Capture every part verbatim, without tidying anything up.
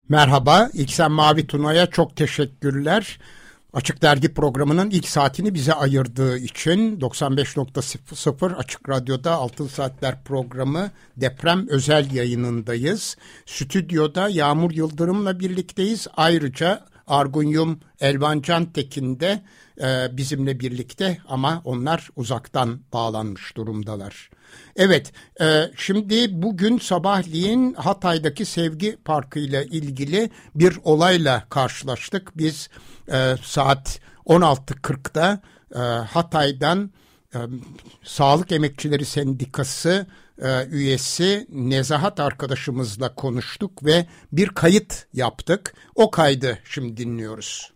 Merhaba, İlksen Mavi Tuna'ya çok teşekkürler. Açık Dergi programının ilk saatini bize ayırdığı için doksan beş nokta sıfır Açık Radyo'da Altın Saatler programı deprem özel yayınındayız. Stüdyoda Yağmur Yıldırım'la birlikteyiz. Ayrıca Argunyum Elvan Cantekin de e, bizimle birlikte ama onlar uzaktan bağlanmış durumdalar. Evet, e, şimdi bugün sabahleyin Hatay'daki Sevgi Parkı ile ilgili bir olayla karşılaştık. Biz e, saat on altı kırkta e, Hatay'dan e, Sağlık Emekçileri Sendikası e, üyesi Nezahat arkadaşımızla konuştuk ve bir kayıt yaptık. O kaydı şimdi dinliyoruz.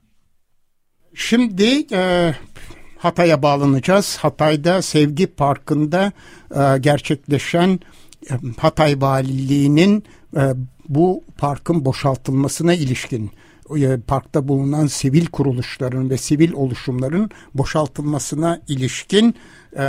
Şimdi e, Hatay'a bağlanacağız. Hatay'da Sevgi Parkı'nda e, gerçekleşen e, Hatay Valiliği'nin e, bu parkın boşaltılmasına ilişkin e, parkta bulunan sivil kuruluşların ve sivil oluşumların boşaltılmasına ilişkin e,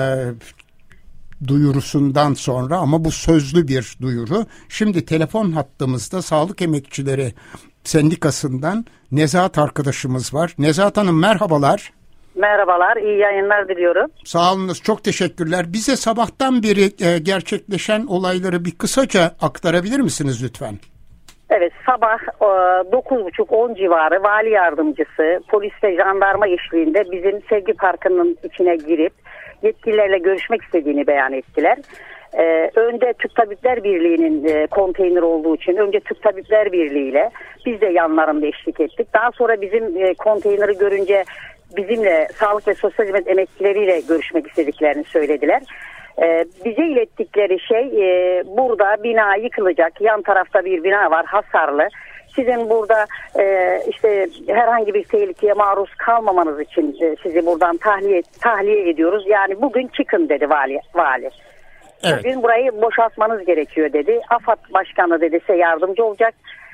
duyurusundan sonra, ama bu sözlü bir duyuru. Şimdi telefon hattımızda Sağlık Emekçileri Sendikası'ndan Nezahat arkadaşımız var. Nezahat Hanım, merhabalar. Merhabalar, iyi yayınlar diliyorum. Sağ olunuz, çok teşekkürler. Bize sabahtan beri e, gerçekleşen olayları bir kısaca aktarabilir misiniz lütfen? Evet, sabah dokuz buçuk on civarı vali yardımcısı, polis ve jandarma eşliğinde bizim Sevgi Parkı'nın içine girip yetkililerle görüşmek istediğini beyan ettiler. Ee, önde Türk Tabipler Birliği'nin e, konteyner olduğu için önce Türk Tabipler Birliği ile biz de yanlarında eşlik ettik. Daha sonra bizim e, konteyneri görünce bizimle sağlık ve sosyal hizmet emeklileriyle görüşmek istediklerini söylediler. Ee, bize ilettikleri şey e, burada bina yıkılacak, yan tarafta bir bina var hasarlı. Sizin burada e, işte herhangi bir tehlikeye maruz kalmamanız için e, sizi buradan tahliye tahliye ediyoruz. Yani bugün çıkın dedi vali. vali. Evet. Bugün burayı boşaltmanız gerekiyor dedi. AFAD Başkanı dedi size yardımcı olacak.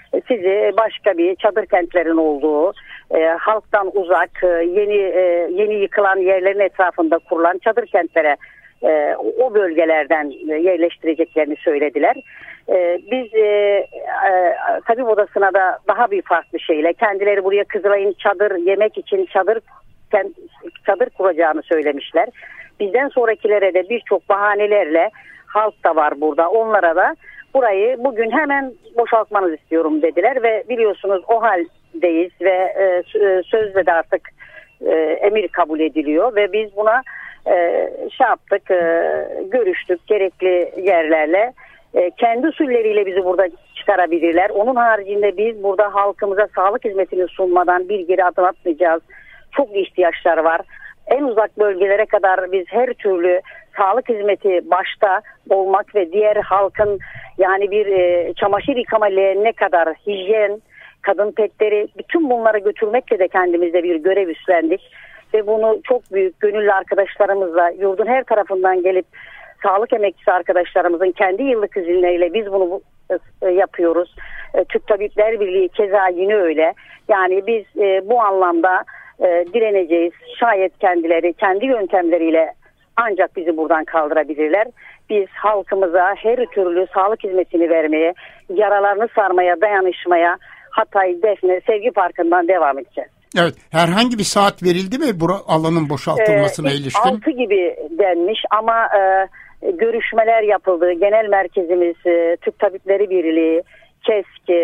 Sizi başka bir çadır kentlerin olduğu, e, halktan uzak, e, yeni e, yeni yıkılan yerlerin etrafında kurulan çadır kentlere e, o bölgelerden yerleştireceklerini söylediler. E, biz e, e, tabip odasına da daha bir farklı şeyle kendileri buraya Kızılay'ın çadır yemek için çadır kent, çadır kuracağını söylemişler. Bizden sonrakilere de birçok bahanelerle halk da var burada, onlara da burayı bugün hemen boşaltmanızı istiyorum dediler ve biliyorsunuz o haldeyiz ve e, sözle de artık e, emir kabul ediliyor ve biz buna e, şey yaptık, e, görüştük gerekli yerlerle. E, kendi usulleriyle bizi burada çıkarabilirler. Onun haricinde biz burada halkımıza sağlık hizmetini sunmadan bir geri adım atmayacağız. Çok ihtiyaçlar var. En uzak bölgelere kadar biz her türlü sağlık hizmeti başta olmak ve diğer halkın yani bir e, çamaşır yıkama leğenine kadar hijyen, kadın petleri, bütün bunları götürmekle de kendimizde bir görev üstlendik. Ve bunu çok büyük gönüllü arkadaşlarımızla yurdun her tarafından gelip sağlık emekçisi arkadaşlarımızın kendi yıllık izinleriyle biz bunu e, yapıyoruz. E, Türk Tabipler Birliği keza yine öyle. Yani biz e, bu anlamda e, direneceğiz. Şayet kendileri kendi yöntemleriyle ancak bizi buradan kaldırabilirler. Biz halkımıza her türlü sağlık hizmetini vermeye, yaralarını sarmaya, dayanışmaya Hatay Defne Sevgi Parkı'ndan devam edeceğiz. Evet, herhangi bir saat verildi mi bu alanın boşaltılmasına ee, ilişkin? altı gibi denmiş ama e, görüşmeler yapıldı. Genel merkezimiz, e, Türk Tabipleri Birliği, KESK, e,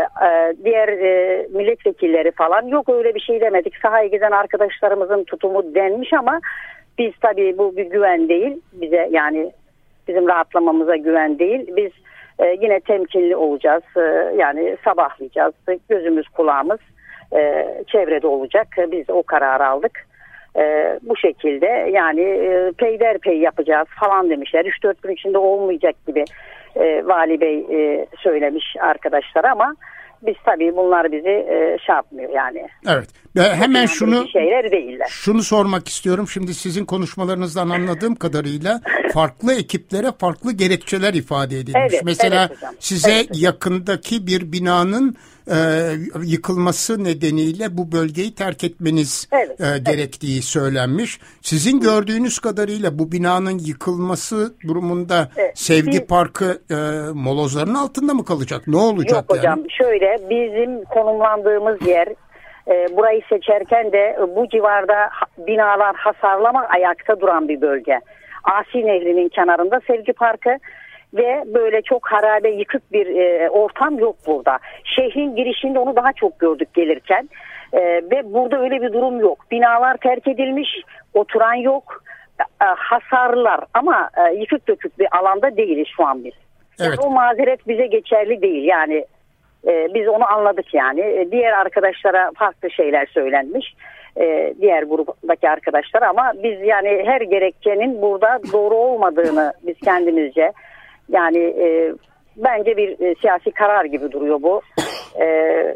e, diğer e, milletvekilleri falan yok öyle bir şey demedik. Sahaya giden arkadaşlarımızın tutumu denmiş ama biz tabii bu bir güven değil bize, yani bizim rahatlamamıza güven değil. Biz e, yine temkinli olacağız, e, yani sabahlayacağız, gözümüz kulağımız e, çevrede olacak. Biz o kararı aldık. E, bu şekilde yani e, peyderpey yapacağız falan demişler. üç dört gün içinde olmayacak gibi e, Vali Bey e, söylemiş arkadaşlar ama biz tabii bunlar bizi e, şey yapmıyor yani. Evet. Hemen şunu şeyler değiller. Şunu sormak istiyorum. Şimdi sizin konuşmalarınızdan anladığım kadarıyla farklı ekiplere farklı gerekçeler ifade edilmiş. Evet, Mesela evet hocam. size evet. yakındaki bir binanın e, yıkılması nedeniyle bu bölgeyi terk etmeniz evet, e, gerektiği evet. söylenmiş. Sizin gördüğünüz kadarıyla bu binanın yıkılması durumunda evet. Sevgi Biz, Parkı e, molozların altında mı kalacak? Ne olacak? Yok yani? Hocam, şöyle bizim konumlandığımız yer, e, burayı seçerken de bu civarda binalar hasarlama ayakta duran bir bölge. Asi Nehri'nin kenarında Sevgi Parkı ve böyle çok harabe yıkık bir e, ortam yok burada. Şehrin girişinde onu daha çok gördük gelirken e, ve burada öyle bir durum yok. Binalar terk edilmiş, oturan yok, e, hasarlılar ama e, yıkık dökük bir alanda değiliz şu an biz. Evet. Yani o mazeret bize geçerli değil yani e, biz onu anladık yani. E, diğer arkadaşlara farklı şeyler söylenmiş. Ee, diğer gruptaki arkadaşlar ama biz yani her gerekçenin burada doğru olmadığını biz kendimizce yani e, bence bir e, siyasi karar gibi duruyor bu. E,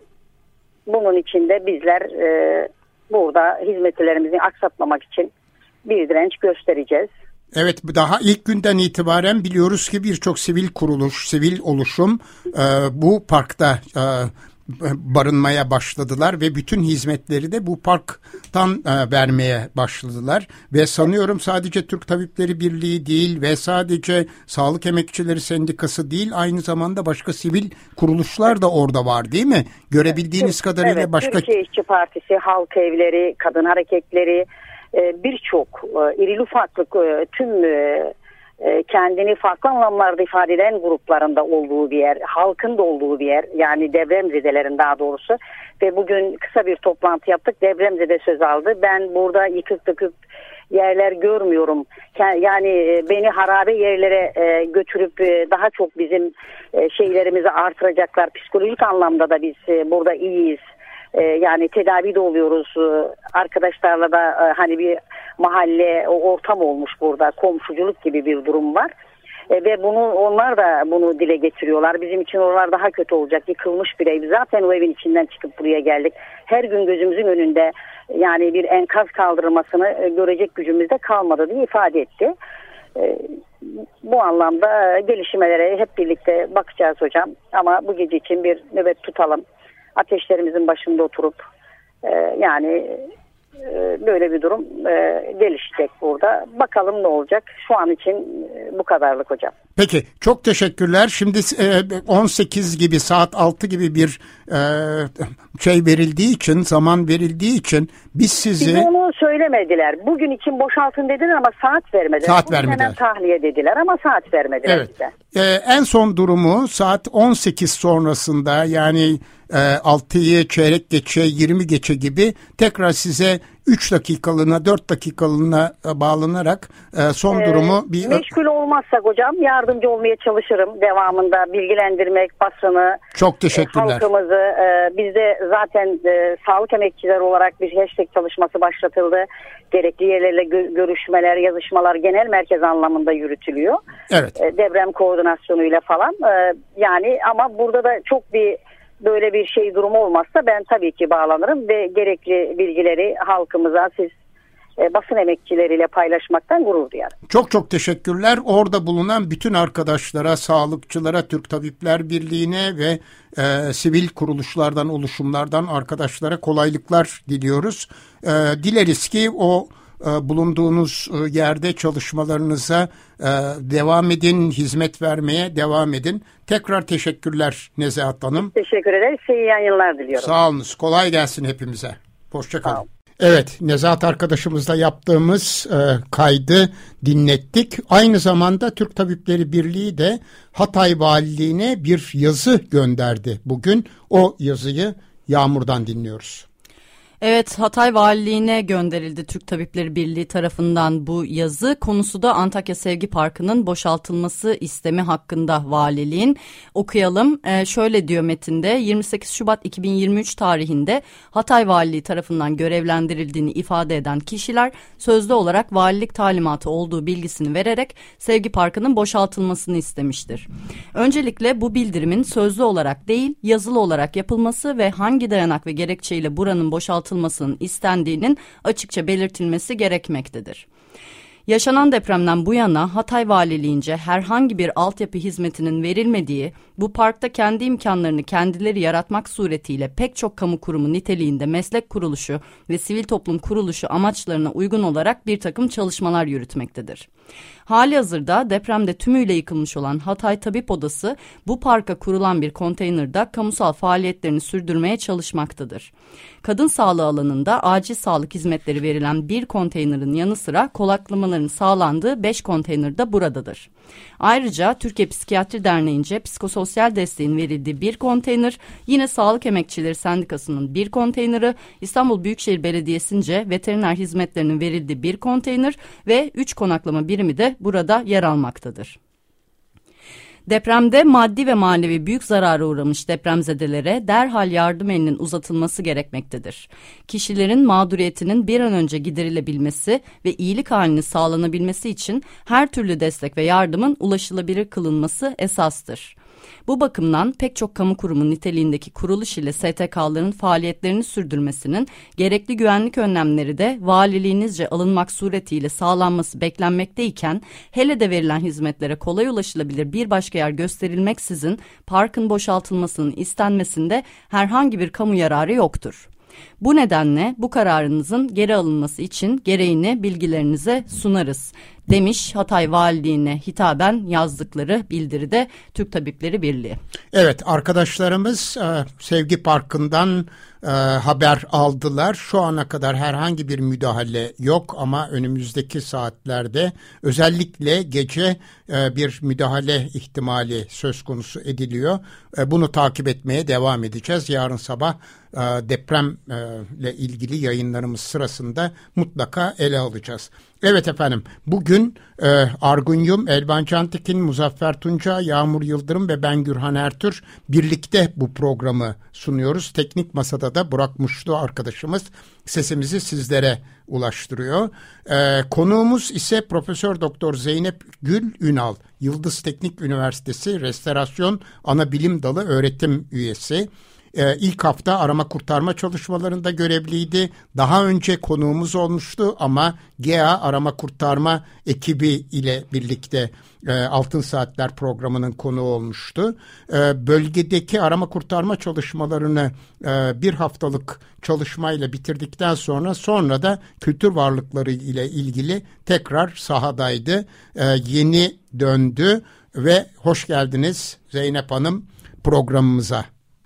bunun için de bizler e, burada hizmetlerimizi aksatmamak için bir direnç göstereceğiz. Evet, daha ilk günden itibaren biliyoruz ki birçok sivil kuruluş, sivil oluşum e, bu parkta e, barınmaya başladılar ve bütün hizmetleri de bu parktan e, vermeye başladılar ve sanıyorum sadece Türk Tabipleri Birliği değil ve sadece Sağlık Emekçileri Sendikası değil, aynı zamanda başka sivil kuruluşlar da orada var değil mi? Görebildiğiniz Türk, kadarıyla evet, başka... Türkiye İşçi Partisi, Halk Evleri, Kadın Hareketleri, e, birçok e, irili ufaklı e, tüm e, kendini farklı anlamlarda ifade eden gruplarında olduğu bir yer, halkın da olduğu bir yer, yani depremzedelerin daha doğrusu. Ve bugün kısa bir toplantı yaptık, depremzede söz aldı. Ben burada yıkık dökük yerler görmüyorum. Yani beni harabe yerlere götürüp daha çok bizim şeylerimizi artıracaklar. Psikolojik anlamda da biz burada iyiyiz. Yani tedavide oluyoruz. Arkadaşlarla da hani bir mahalle ortam olmuş burada. Komşuculuk gibi bir durum var. Ve bunu onlar da bunu dile getiriyorlar. Bizim için oralar daha kötü olacak. Yıkılmış bir ev. Zaten o evin içinden çıkıp buraya geldik. Her gün gözümüzün önünde yani bir enkaz kaldırılmasını görecek gücümüzde kalmadı diye ifade etti. Bu anlamda gelişmelere hep birlikte bakacağız hocam. Ama bu gece için bir nöbet tutalım. Ateşlerimizin başında oturup e, yani e, böyle bir durum e, gelişecek burada. Bakalım ne olacak. Şu an için e, bu kadarlık hocam. Peki, çok teşekkürler. Şimdi e, on sekiz gibi, saat altı gibi bir e, şey verildiği için, zaman verildiği için biz sizi... Bize onu söylemediler. Bugün için boşaltın dediler ama saat vermediler. Saat vermediler. Hemen tahliye dediler ama saat vermediler evet. bize. E, en son durumu saat on sekiz sonrasında, yani e, altıyı çeyrek geçe, yirmi geçe gibi tekrar size üç dakikalığına, dört dakikalığına bağlanarak e, son ee, durumu... bir meşgul olmazsak hocam yardımcı olmaya çalışırım. Devamında bilgilendirmek, basını, çok teşekkürler. E, halkımızı. E, biz de zaten e, sağlık emekçileri olarak bir hashtag çalışması başlatıldı. Gerekli yerlerle gö- görüşmeler, yazışmalar genel merkez anlamında yürütülüyor. Evet. E, deprem koordinasyonuyla falan. E, yani ama burada da çok bir böyle bir şey durumu olmazsa ben tabii ki bağlanırım ve gerekli bilgileri halkımıza, siz e, basın emekçileriyle paylaşmaktan gurur duyarım. Çok çok teşekkürler. Orada bulunan bütün arkadaşlara, sağlıkçılara, Türk Tabipler Birliği'ne ve e, sivil kuruluşlardan, oluşumlardan arkadaşlara kolaylıklar diliyoruz. E, dileriz ki o e, bulunduğunuz e, yerde çalışmalarınıza e, devam edin, hizmet vermeye devam edin. Tekrar teşekkürler Nezahat Hanım. Teşekkür ederiz. İyi yayınlar diliyorum. Sağ olunuz. Kolay gelsin hepimize. Hoşça kalın. Evet, Nezahat arkadaşımızla yaptığımız e, kaydı dinlettik. Aynı zamanda Türk Tabipleri Birliği de Hatay Valiliğine bir yazı gönderdi bugün. O yazıyı Yağmur'dan dinliyoruz. Evet, Hatay Valiliğine gönderildi Türk Tabipleri Birliği tarafından bu yazı. Konusu da Antakya Sevgi Parkı'nın boşaltılması istemi hakkında valiliğin. Okuyalım. Ee, şöyle diyor metinde: yirmi sekiz Şubat iki bin yirmi üç tarihinde Hatay Valiliği tarafından görevlendirildiğini ifade eden kişiler sözlü olarak valilik talimatı olduğu bilgisini vererek Sevgi Parkı'nın boşaltılmasını istemiştir. Öncelikle bu bildirimin sözlü olarak değil, yazılı olarak yapılması ve hangi dayanak ve gerekçeyle buranın boşaltılmasının istendiğinin açıkça belirtilmesi gerekmektedir. Yaşanan depremden bu yana Hatay Valiliğince herhangi bir altyapı hizmetinin verilmediği Bu parkta kendi imkanlarını kendileri yaratmak suretiyle pek çok kamu kurumu niteliğinde meslek kuruluşu ve sivil toplum kuruluşu amaçlarına uygun olarak bir takım çalışmalar yürütmektedir. Halihazırda depremde tümüyle yıkılmış olan Hatay Tabip Odası bu parka kurulan bir konteynerde kamusal faaliyetlerini sürdürmeye çalışmaktadır. Kadın sağlığı alanında acil sağlık hizmetleri verilen bir konteynerin yanı sıra konaklamaların sağlandığı beş konteyner de buradadır. Ayrıca Türkiye Psikiyatri Derneği'nce psikososyal desteğin verildiği bir konteyner, yine Sağlık Emekçileri Sendikası'nın bir konteyneri, İstanbul Büyükşehir Belediyesi'nce veteriner hizmetlerinin verildiği bir konteyner ve üç konaklama birimi de burada yer almaktadır. Depremde maddi ve manevi büyük zarara uğramış depremzedelere derhal yardım elinin uzatılması gerekmektedir. Kişilerin mağduriyetinin bir an önce giderilebilmesi ve iyilik halinin sağlanabilmesi için her türlü destek ve yardımın ulaşılabilir kılınması esastır. Bu bakımdan pek çok kamu kurumu niteliğindeki kuruluş ile S T K'ların faaliyetlerini sürdürmesinin gerekli güvenlik önlemleri de valiliğinizce alınmak suretiyle sağlanması beklenmekteyken, hele de verilen hizmetlere kolay ulaşılabilir bir başka yer gösterilmeksizin parkın boşaltılmasının istenmesinde herhangi bir kamu yararı yoktur. Bu nedenle bu kararınızın geri alınması için gereğini bilgilerinize sunarız, demiş Hatay Valiliğine hitaben yazdıkları bildiride Türk Tabipleri Birliği. Evet, arkadaşlarımız e, Sevgi Parkı'ndan e, haber aldılar. Şu ana kadar herhangi bir müdahale yok ama önümüzdeki saatlerde özellikle gece e, bir müdahale ihtimali söz konusu ediliyor. E, bunu takip etmeye devam edeceğiz. Yarın sabah e, depremle ilgili yayınlarımız sırasında mutlaka ele alacağız. Evet efendim, bugün e, Argun Yum, Elvan Cantekin, Muzaffer Tunca, Yağmur Yıldırım ve ben Gürhan Ertür birlikte bu programı sunuyoruz. Teknik masada da Burak Muşlu arkadaşımız sesimizi sizlere ulaştırıyor. E, konuğumuz ise Profesör Doktor Zeynep Gül Ünal, Yıldız Teknik Üniversitesi Restorasyon Anabilim Dalı öğretim üyesi. Ee, ilk hafta arama kurtarma çalışmalarında görevliydi. Daha önce konuğumuz olmuştu ama G A arama kurtarma ekibi ile birlikte e, Altın Saatler programının konuğu olmuştu. E, bölgedeki arama kurtarma çalışmalarını e, bir haftalık çalışmayla bitirdikten sonra sonra da kültür varlıkları ile ilgili tekrar sahadaydı. E, yeni döndü ve hoş geldiniz Zeynep Hanım programımıza.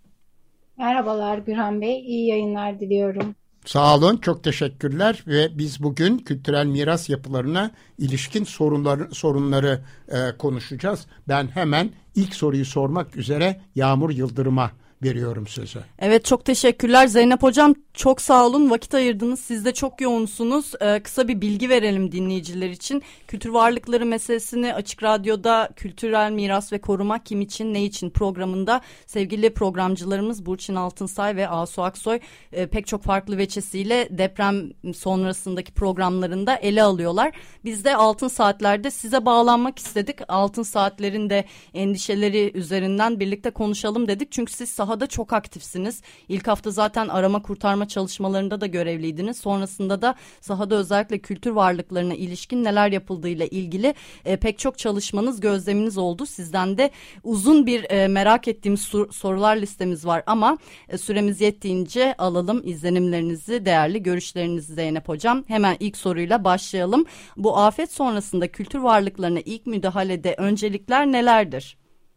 Merhabalar Gürhan Bey, iyi yayınlar diliyorum. Sağ olun, çok teşekkürler ve biz bugün kültürel miras yapılarına ilişkin sorunları, sorunları e, konuşacağız. Ben hemen ilk soruyu sormak üzere Yağmur Yıldırım'a veriyorum sözü. Evet, çok teşekkürler Zeynep Hocam. Çok sağ olun, vakit ayırdınız. Siz de çok yoğunsunuz. Ee, kısa bir bilgi verelim dinleyiciler için. Kültür varlıkları meselesini Açık Radyo'da Kültürel Miras ve Koruma Kim İçin Ne İçin programında sevgili programcılarımız Burçin Altınsay ve Asu Aksoy e, pek çok farklı veçesiyle deprem sonrasındaki programlarında ele alıyorlar. Biz de Altın Saatler'de size bağlanmak istedik. Altın Saatler'in de endişeleri üzerinden birlikte konuşalım dedik. Çünkü siz sahada çok aktifsiniz. İlk hafta zaten arama kurtarma çalışmalarında da görevliydiniz. Sonrasında da sahada özellikle kültür varlıklarına ilişkin neler yapıldığıyla ilgili e, pek çok çalışmanız, gözleminiz oldu. Sizden de uzun bir e, merak ettiğimiz sor- sorular listemiz var ama e, süremiz yettiğince alalım izlenimlerinizi, değerli görüşlerinizi Zeynep Hocam. Hemen ilk soruyla başlayalım. Bu afet sonrasında kültür varlıklarına ilk müdahalede öncelikler nelerdir?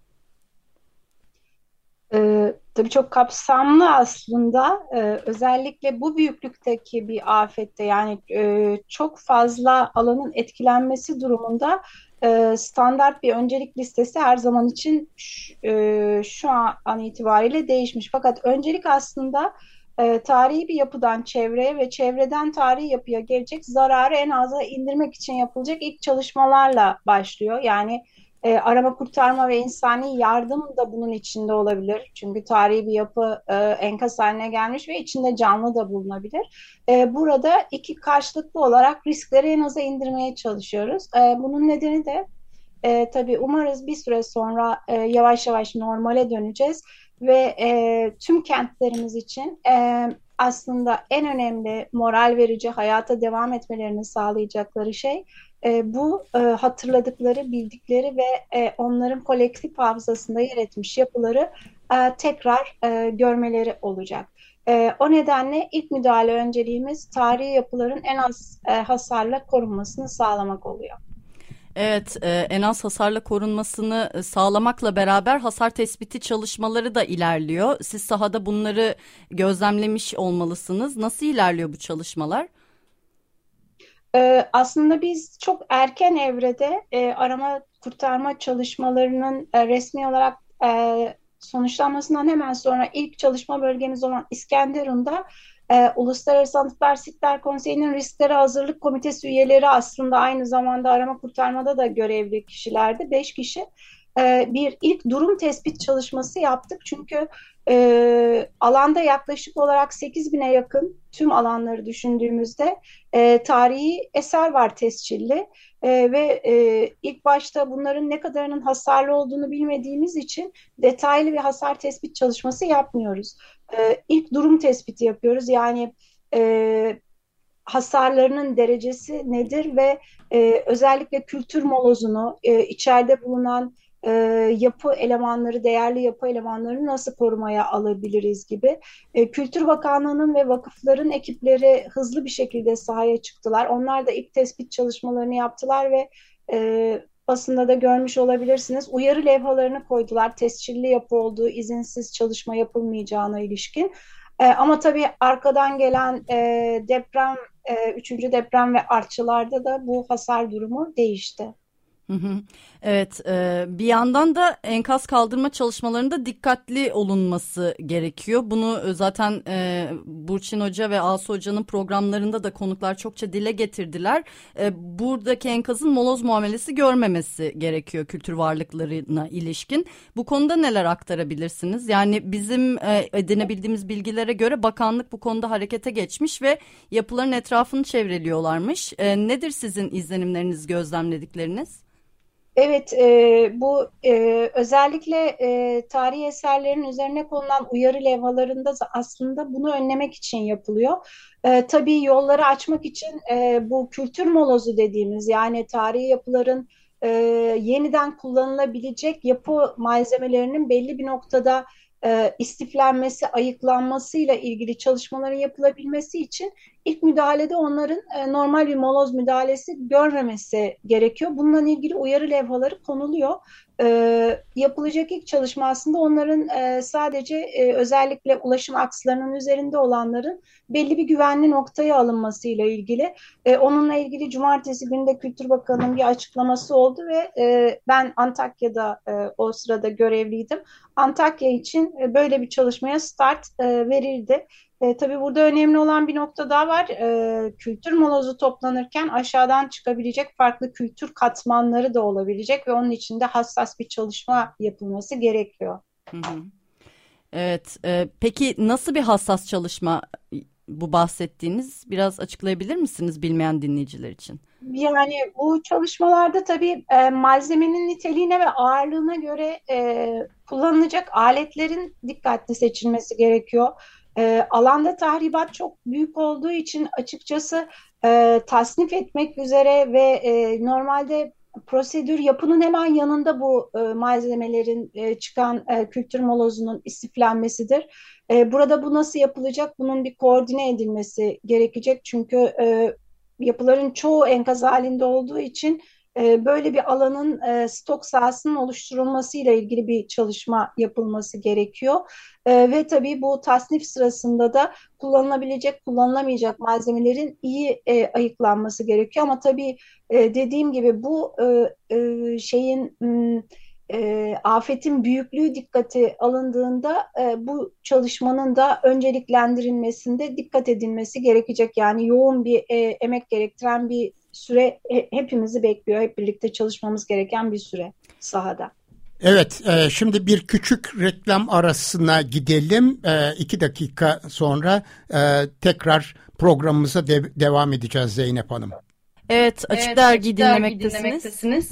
Ee, tabii çok kapsamlı aslında. Ee, özellikle bu büyüklükteki bir afette yani e, çok fazla alanın etkilenmesi durumunda e, standart bir öncelik listesi her zaman için ş- e, şu an, an itibariyle değişmiş. Fakat öncelik aslında e, tarihi bir yapıdan çevreye ve çevreden tarihi yapıya gelecek zararı en aza indirmek için yapılacak ilk çalışmalarla başlıyor. Yani E, arama kurtarma ve insani yardım da bunun içinde olabilir. Çünkü tarihi bir yapı e, enkaz haline gelmiş ve içinde canlı da bulunabilir. E, burada iki karşılıklı olarak riskleri en aza indirmeye çalışıyoruz. E, bunun nedeni de e, tabii umarız bir süre sonra e, yavaş yavaş normale döneceğiz ve e, tüm kentlerimiz için e, aslında en önemli moral verici, hayata devam etmelerini sağlayacakları şey e, bu e, hatırladıkları, bildikleri ve e, onların kolektif hafızasında yer etmiş yapıları e, tekrar e, görmeleri olacak. E, o nedenle ilk müdahale önceliğimiz tarihi yapıların en az e, hasarla korunmasını sağlamak oluyor. Evet, e, en az hasarla korunmasını sağlamakla beraber hasar tespiti çalışmaları da ilerliyor. Siz sahada bunları gözlemlemiş olmalısınız. Nasıl ilerliyor bu çalışmalar? E, aslında biz çok erken evrede e, arama kurtarma çalışmalarının e, resmi olarak e, sonuçlanmasından hemen sonra ilk çalışma bölgemiz olan İskenderun'da e, Uluslararası Anıtlar Sitler Konseyi'nin risklere hazırlık komitesi üyeleri aslında aynı zamanda arama kurtarmada da görevli kişilerdi. Beş kişi e, bir ilk durum tespit çalışması yaptık. Çünkü e, alanda yaklaşık olarak sekiz bine yakın tüm alanları düşündüğümüzde e, tarihi eser var tescilli. Ee, ve e, ilk başta bunların ne kadarının hasarlı olduğunu bilmediğimiz için detaylı bir hasar tespit çalışması yapmıyoruz. Ee, ilk durum tespiti yapıyoruz. Yani e, hasarlarının derecesi nedir ve e, özellikle kültür molozunu, e, içeride bulunan e, yapı elemanları, değerli yapı elemanlarını nasıl korumaya alabiliriz gibi. E, Kültür Bakanlığı'nın ve vakıfların ekipleri hızlı bir şekilde sahaya çıktılar. Onlar da ilk tespit çalışmalarını yaptılar ve e, basında da görmüş olabilirsiniz. Uyarı levhalarını koydular. Tescilli yapı olduğu, izinsiz çalışma yapılmayacağına ilişkin. E, ama tabii arkadan gelen e, deprem, e, üçüncü deprem ve artçılarda da bu hasar durumu değişti. Hı hı. Evet, e, bir yandan da enkaz kaldırma çalışmalarında dikkatli olunması gerekiyor. Bunu zaten e, Burçin Hoca ve Asu Hoca'nın programlarında da konuklar çokça dile getirdiler. E, buradaki enkazın moloz muamelesi görmemesi gerekiyor kültür varlıklarına ilişkin. Bu konuda neler aktarabilirsiniz? Yani bizim e, edinebildiğimiz bilgilere göre bakanlık bu konuda harekete geçmiş ve yapıların etrafını çevreliyorlarmış. E, nedir sizin izlenimleriniz, gözlemledikleriniz? Evet, e, bu e, özellikle e, tarihi eserlerin üzerine konulan uyarı levhalarında aslında bunu önlemek için yapılıyor. E, tabii yolları açmak için e, bu kültür molozu dediğimiz, yani tarihi yapıların e, yeniden kullanılabilecek yapı malzemelerinin belli bir noktada e, istiflenmesi, ayıklanmasıyla ilgili çalışmaların yapılabilmesi için ilk müdahalede onların e, normal bir moloz müdahalesi görmemesi gerekiyor. Bununla ilgili uyarı levhaları konuluyor. E, yapılacak ilk çalışma aslında onların e, sadece e, özellikle ulaşım akslarının üzerinde olanların belli bir güvenli noktaya alınmasıyla ilgili. E, onunla ilgili cumartesi günü de Kültür Bakanı'nın bir açıklaması oldu ve e, ben Antakya'da e, o sırada görevliydim. Antakya için e, böyle bir çalışmaya start e, verildi. E, tabii burada önemli olan bir nokta daha var. E, kültür molozu toplanırken aşağıdan çıkabilecek farklı kültür katmanları da olabilecek ve onun için de hassas bir çalışma yapılması gerekiyor. Hı hı. Evet. E, peki nasıl bir hassas çalışma bu bahsettiğiniz? Biraz açıklayabilir misiniz bilmeyen dinleyiciler için? Yani bu çalışmalarda tabii e, malzemenin niteliğine ve ağırlığına göre e, kullanılacak aletlerin dikkatli seçilmesi gerekiyor. E, alanda tahribat çok büyük olduğu için açıkçası e, tasnif etmek üzere ve e, normalde prosedür yapının hemen yanında bu e, malzemelerin e, çıkan e, kültür molozunun istiflenmesidir. E, burada bu nasıl yapılacak? Bunun bir koordine edilmesi gerekecek çünkü e, yapıların çoğu enkaz halinde olduğu için e, böyle bir alanın e, stok sahasının oluşturulmasıyla ilgili bir çalışma yapılması gerekiyor. E, ve tabii bu tasnif sırasında da kullanılabilecek, kullanılamayacak malzemelerin iyi e, ayıklanması gerekiyor. Ama tabii e, dediğim gibi bu e, e, şeyin... M, E, afetin büyüklüğü dikkate alındığında e, bu çalışmanın da önceliklendirilmesinde dikkat edilmesi gerekecek. Yani yoğun bir e, emek gerektiren bir süre e, hepimizi bekliyor. Hep birlikte çalışmamız gereken bir süre sahada. Evet, e, şimdi bir küçük reklam arasına gidelim. E, iki dakika sonra e, tekrar programımıza de- devam edeceğiz Zeynep Hanım. Evet, Açık evet, Dergi açık dinlemektesiniz. dinlemektesiniz.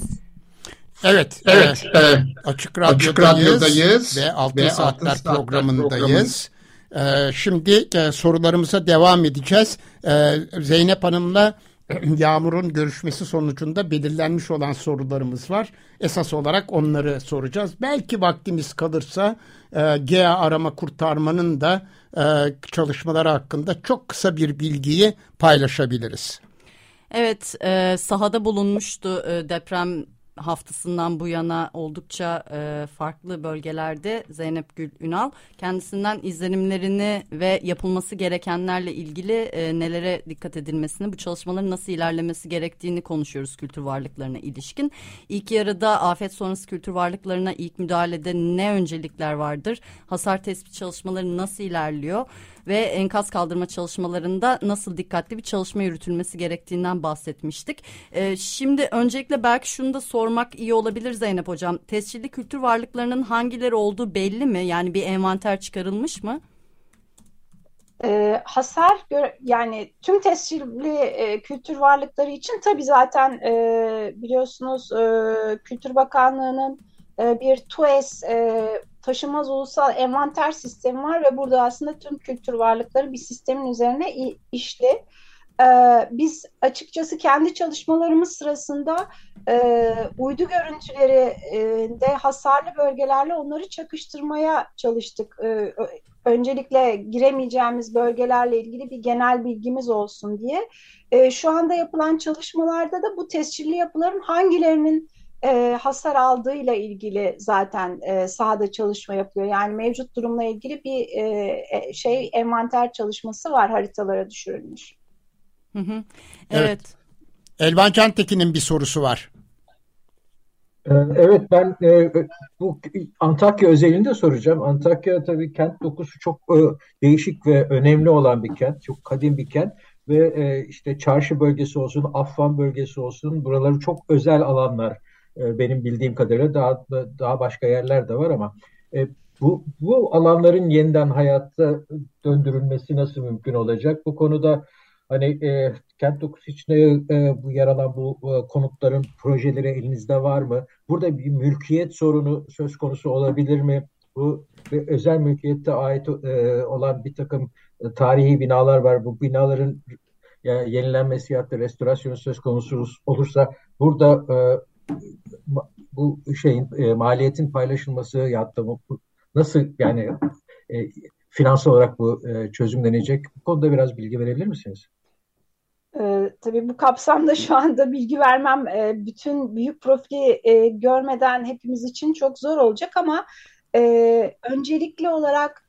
Evet, evet e, Açık Radyo'dayız, Açık Radyo'dayız ve Altın, ve Saatler, Altın Saatler programındayız. Ee, şimdi e, sorularımıza devam edeceğiz. Ee, Zeynep Hanım'la Yağmur'un görüşmesi sonucunda belirlenmiş olan sorularımız var. Esas olarak onları soracağız. Belki vaktimiz kalırsa e, G A arama kurtarmanın da e, çalışmaları hakkında çok kısa bir bilgiyi paylaşabiliriz. Evet, e, sahada bulunmuştu e, deprem haftasından bu yana oldukça e, farklı bölgelerde Zeynep Gül Ünal. Kendisinden izlenimlerini ve yapılması gerekenlerle ilgili e, nelere dikkat edilmesini, bu çalışmaların nasıl ilerlemesi gerektiğini konuşuyoruz kültür varlıklarına ilişkin. İlk yarıda afet sonrası kültür varlıklarına ilk müdahalede ne öncelikler vardır? Hasar tespit çalışmaları nasıl ilerliyor? Ve enkaz kaldırma çalışmalarında nasıl dikkatli bir çalışma yürütülmesi gerektiğinden bahsetmiştik. Ee, şimdi öncelikle belki şunu da sormak iyi olabilir Zeynep Hocam. Tescilli kültür varlıklarının hangileri olduğu belli mi? Yani bir envanter çıkarılmış mı? E, hasar yani tüm tescilli e, kültür varlıkları için tabii zaten e, biliyorsunuz e, Kültür Bakanlığı'nın e, bir TUES e, taşınmaz ulusal envanter sistemi var ve burada aslında tüm kültür varlıkları bir sistemin üzerine işli. Ee, biz açıkçası kendi çalışmalarımız sırasında e, uydu görüntüleri e, de hasarlı bölgelerle onları çakıştırmaya çalıştık. E, öncelikle giremeyeceğimiz bölgelerle ilgili bir genel bilgimiz olsun diye. E, şu anda yapılan çalışmalarda da bu tescilli yapıların hangilerinin e, hasar aldığıyla ilgili zaten e, sahada çalışma yapıyor. Yani mevcut durumla ilgili bir e, şey envanter çalışması var, haritalara düşürülmüş. Hı hı. Evet. Evet. Elvan Cantekin'in bir sorusu var. Evet, ben e, bu Antakya özelinde soracağım. Antakya tabii kent dokusu çok e, değişik ve önemli olan bir kent. Çok kadim bir kent ve e, işte çarşı bölgesi olsun, Affan bölgesi olsun, buraları çok özel alanlar. E, benim bildiğim kadarıyla daha daha başka yerler de var ama e, bu bu alanların yeniden hayata döndürülmesi nasıl mümkün olacak? Bu konuda hani e, kent dokusu içinde e, bu yer alan bu e, konutların projeleri elinizde var mı? Burada bir mülkiyet sorunu söz konusu olabilir mi? Bu ve özel mülkiyette ait e, olan bir takım e, tarihi binalar var. Bu binaların ya, yenilenmesi ya da restorasyonu söz konusu olursa burada e, bu şeyin e, maliyetin paylaşılması ya da bu, nasıl yani e, finansal olarak bu e, çözümlenecek? Bu konuda biraz bilgi verebilir misiniz? Ee, tabii bu kapsamda şu anda bilgi vermem e, bütün büyük profili e, görmeden hepimiz için çok zor olacak ama e, öncelikli olarak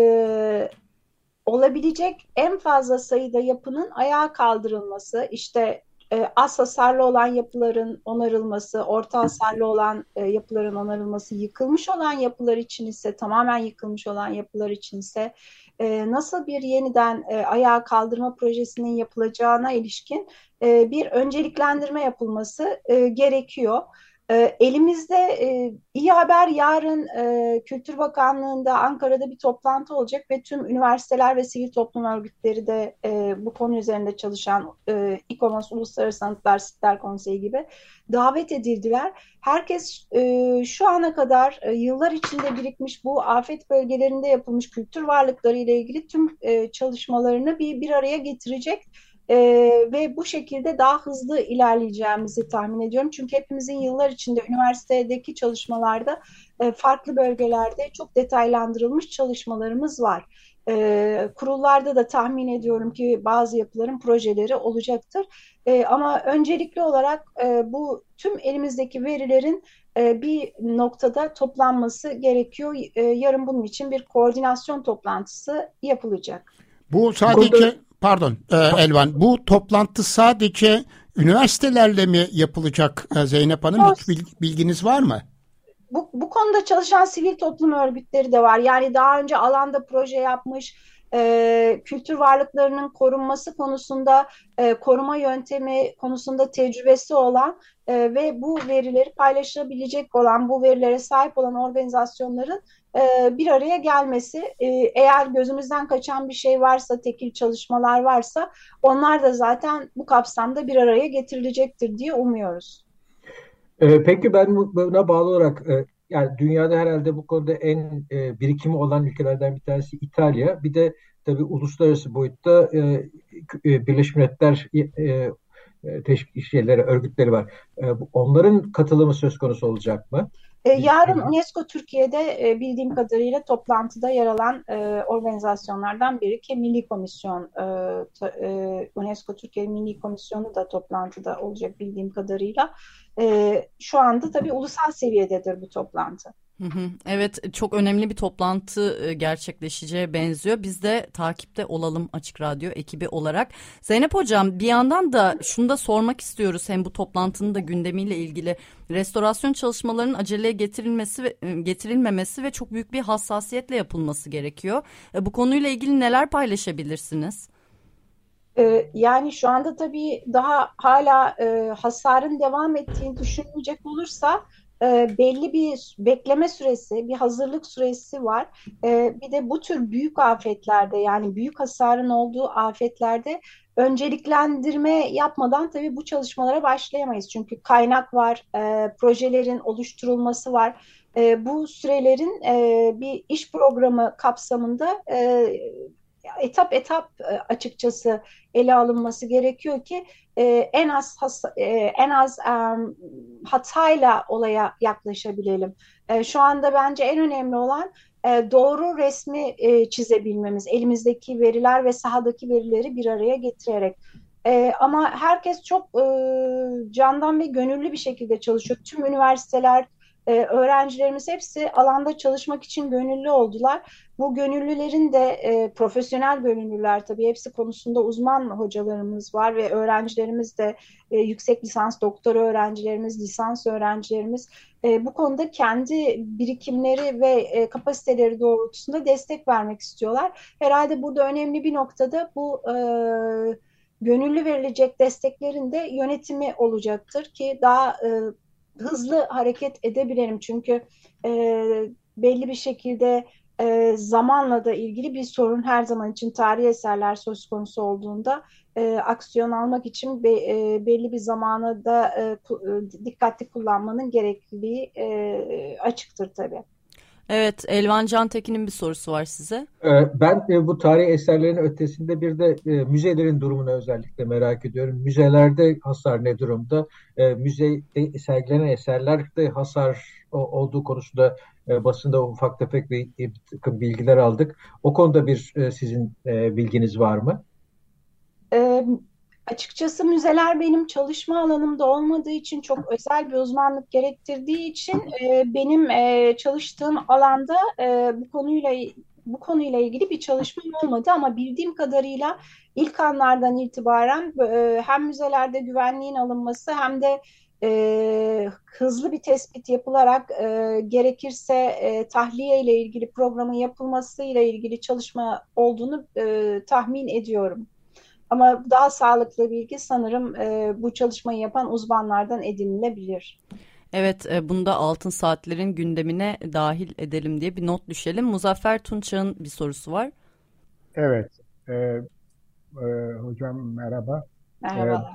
e, olabilecek en fazla sayıda yapının ayağa kaldırılması, işte e, az hasarlı olan yapıların onarılması, orta hasarlı olan e, yapıların onarılması, yıkılmış olan yapılar için ise, tamamen yıkılmış olan yapılar için ise e, nasıl bir yeniden e, ayağa kaldırma projesinin yapılacağına ilişkin e, bir önceliklendirme yapılması e, gerekiyor. E, elimizde e, iyi haber, yarın e, Kültür Bakanlığı'nda Ankara'da bir toplantı olacak ve tüm üniversiteler ve sivil toplum örgütleri de e, bu konu üzerinde çalışan e, İKOMOS, Uluslararası Sanatlar Sitler Konseyi gibi davet edildiler. Herkes e, şu ana kadar e, yıllar içinde birikmiş bu afet bölgelerinde yapılmış kültür varlıkları ile ilgili tüm e, çalışmalarını bir, bir araya getirecek. Ee, ve bu şekilde daha hızlı ilerleyeceğimizi tahmin ediyorum. Çünkü hepimizin yıllar içinde üniversitedeki çalışmalarda e, farklı bölgelerde çok detaylandırılmış çalışmalarımız var. E, kurullarda da tahmin ediyorum ki bazı yapıların projeleri olacaktır. E, ama öncelikli olarak e, bu tüm elimizdeki verilerin e, bir noktada toplanması gerekiyor. E, yarın bunun için bir koordinasyon toplantısı yapılacak. Bu sadece... Pardon Elvan, bu toplantı sadece üniversitelerle mi yapılacak Zeynep Hanım? Hiç bilginiz var mı? Bu, bu konuda çalışan sivil toplum örgütleri de var. Yani daha önce alanda proje yapmış, e, kültür varlıklarının korunması konusunda, e, koruma yöntemi konusunda tecrübesi olan e, ve bu verileri paylaşabilecek olan, bu verilere sahip olan organizasyonların e, bir araya gelmesi. E, eğer gözümüzden kaçan bir şey varsa, tekil çalışmalar varsa onlar da zaten bu kapsamda bir araya getirilecektir diye umuyoruz. Peki ben buna bağlı olarak yani dünyada herhalde bu konuda en e, birikimi olan ülkelerden bir tanesi İtalya. Bir de tabii uluslararası boyutta e, e, Birleşmiş Milletler e, e, teşvik şeyleri, örgütleri var. E, onların katılımı söz konusu olacak mı? E, yarın UNESCO Türkiye'de e, bildiğim kadarıyla toplantıda yer alan e, organizasyonlardan biri ki Milli Komisyon, e, ta, e, UNESCO Türkiye Milli Komisyonu da toplantıda olacak bildiğim kadarıyla. E, şu anda tabii ulusal seviyededir bu toplantı. Hı hı. Evet, çok önemli bir toplantı gerçekleşeceğe benziyor. Biz de takipte olalım Açık Radyo ekibi olarak. Zeynep Hocam, bir yandan da şunu da sormak istiyoruz. Hem bu toplantının da gündemiyle ilgili restorasyon çalışmalarının aceleye getirilmesi ve getirilmemesi ve çok büyük bir hassasiyetle yapılması gerekiyor. Bu konuyla ilgili neler paylaşabilirsiniz? Yani şu anda tabii daha hala e, hasarın devam ettiğini düşünülecek olursa e, belli bir bekleme süresi, bir hazırlık süresi var. E, bir de bu tür büyük afetlerde, yani büyük hasarın olduğu afetlerde önceliklendirme yapmadan tabii bu çalışmalara başlayamayız. Çünkü kaynak var, e, projelerin oluşturulması var. E, bu sürelerin e, bir iş programı kapsamında e, etap etap açıkçası ele alınması gerekiyor ki e, en az has, e, en az um, hatayla olaya yaklaşabilelim. E, şu anda bence en önemli olan e, doğru resmi e, çizebilmemiz, elimizdeki veriler ve sahadaki verileri bir araya getirerek. E, ama herkes çok e, candan ve gönüllü bir şekilde çalışıyor. Tüm üniversiteler, e, öğrencilerimiz hepsi alanda çalışmak için gönüllü oldular. Bu gönüllülerin de e, profesyonel gönüllüler tabii hepsi konusunda uzman hocalarımız var ve öğrencilerimiz de e, yüksek lisans, doktora öğrencilerimiz, lisans öğrencilerimiz e, bu konuda kendi birikimleri ve e, kapasiteleri doğrultusunda destek vermek istiyorlar. Herhalde burada önemli bir noktada bu e, gönüllü verilecek desteklerin de yönetimi olacaktır ki daha e, hızlı hareket edebilirim. Çünkü e, belli bir şekilde e, zamanla da ilgili bir sorun her zaman için tarihi eserler söz konusu olduğunda e, aksiyon almak için be, e, belli bir zamana da e, dikkatli kullanmanın gerekliliği e, açıktır tabii. Evet, Elvan Cantekin'in bir sorusu var size. Ben bu tarihi eserlerin ötesinde bir de müzelerin durumunu özellikle merak ediyorum. Müzelerde hasar ne durumda? Müzede sergilenen eserlerde hasar olduğu konusunda basında ufak tefek bir, bir takım bilgiler aldık. O konuda bir sizin bilginiz var mı? Evet. Açıkçası müzeler benim çalışma alanımda olmadığı için çok özel bir uzmanlık gerektirdiği için e, benim e, çalıştığım alanda e, bu konuyla bu konuyla ilgili bir çalışmam olmadı ama bildiğim kadarıyla ilk anlardan itibaren e, hem müzelerde güvenliğin alınması hem de e, hızlı bir tespit yapılarak e, gerekirse e, tahliye ile ilgili programın yapılması ile ilgili çalışma olduğunu e, tahmin ediyorum. Ama daha sağlıklı bilgi sanırım e, bu çalışmayı yapan uzmanlardan edinilebilir. Evet, e, bunu da Altın Saatler'in gündemine dahil edelim diye bir not düşelim. Muzaffer Tunçak'ın bir sorusu var. Evet, e, e, hocam merhaba. Merhabalar.